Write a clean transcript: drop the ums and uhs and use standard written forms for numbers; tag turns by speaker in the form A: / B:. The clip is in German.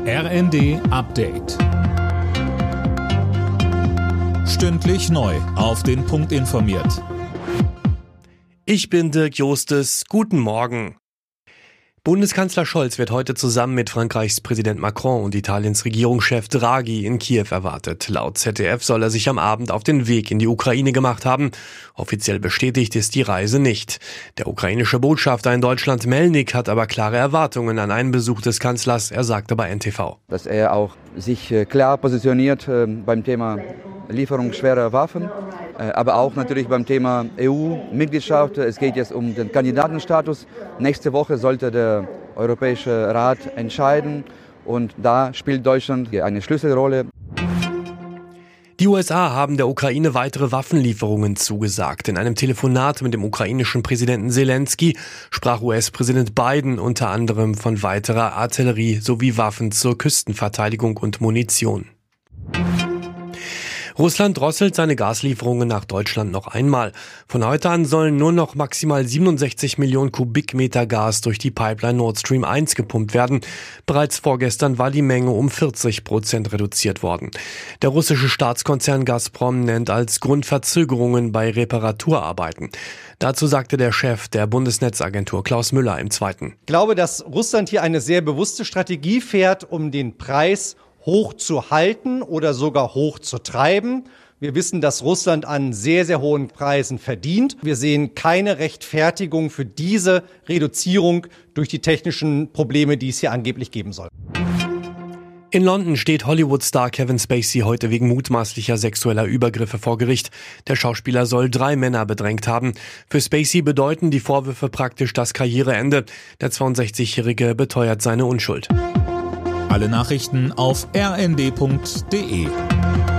A: RND Update. Stündlich neu auf den Punkt informiert.
B: Ich bin Dirk Jostes. Guten Morgen. Bundeskanzler Scholz wird heute zusammen mit Frankreichs Präsident Macron und Italiens Regierungschef Draghi in Kiew erwartet. Laut ZDF soll er sich am Abend auf den Weg in die Ukraine gemacht haben. Offiziell bestätigt ist die Reise nicht. Der ukrainische Botschafter in Deutschland Melnik hat aber klare Erwartungen an einen Besuch des Kanzlers. Er sagte bei NTV,
C: dass er auch sich klar positioniert beim Thema Lieferung schwerer Waffen, aber auch natürlich beim Thema EU-Mitgliedschaft. Es geht jetzt um den Kandidatenstatus. Nächste Woche sollte der Europäische Rat entscheiden und da spielt Deutschland eine Schlüsselrolle.
B: Die USA haben der Ukraine weitere Waffenlieferungen zugesagt. In einem Telefonat mit dem ukrainischen Präsidenten Zelensky sprach US-Präsident Biden unter anderem von weiterer Artillerie sowie Waffen zur Küstenverteidigung und Munition. Russland drosselt seine Gaslieferungen nach Deutschland noch einmal. Von heute an sollen nur noch maximal 67 Millionen Kubikmeter Gas durch die Pipeline Nord Stream 1 gepumpt werden. Bereits vorgestern war die Menge um 40% reduziert worden. Der russische Staatskonzern Gazprom nennt als Grund Verzögerungen bei Reparaturarbeiten. Dazu sagte der Chef der Bundesnetzagentur Klaus Müller im Zweiten.
D: Ich glaube, dass Russland hier eine sehr bewusste Strategie fährt, um den Preis hoch zu halten oder sogar hoch zu treiben. Wir wissen, dass Russland an sehr, sehr hohen Preisen verdient. Wir sehen keine Rechtfertigung für diese Reduzierung durch die technischen Probleme, die es hier angeblich geben soll.
B: In London steht Hollywood-Star Kevin Spacey heute wegen mutmaßlicher sexueller Übergriffe vor Gericht. Der Schauspieler soll 3 Männer bedrängt haben. Für Spacey bedeuten die Vorwürfe praktisch das Karriereende. Der 62-Jährige beteuert seine Unschuld.
A: Alle Nachrichten auf rnd.de.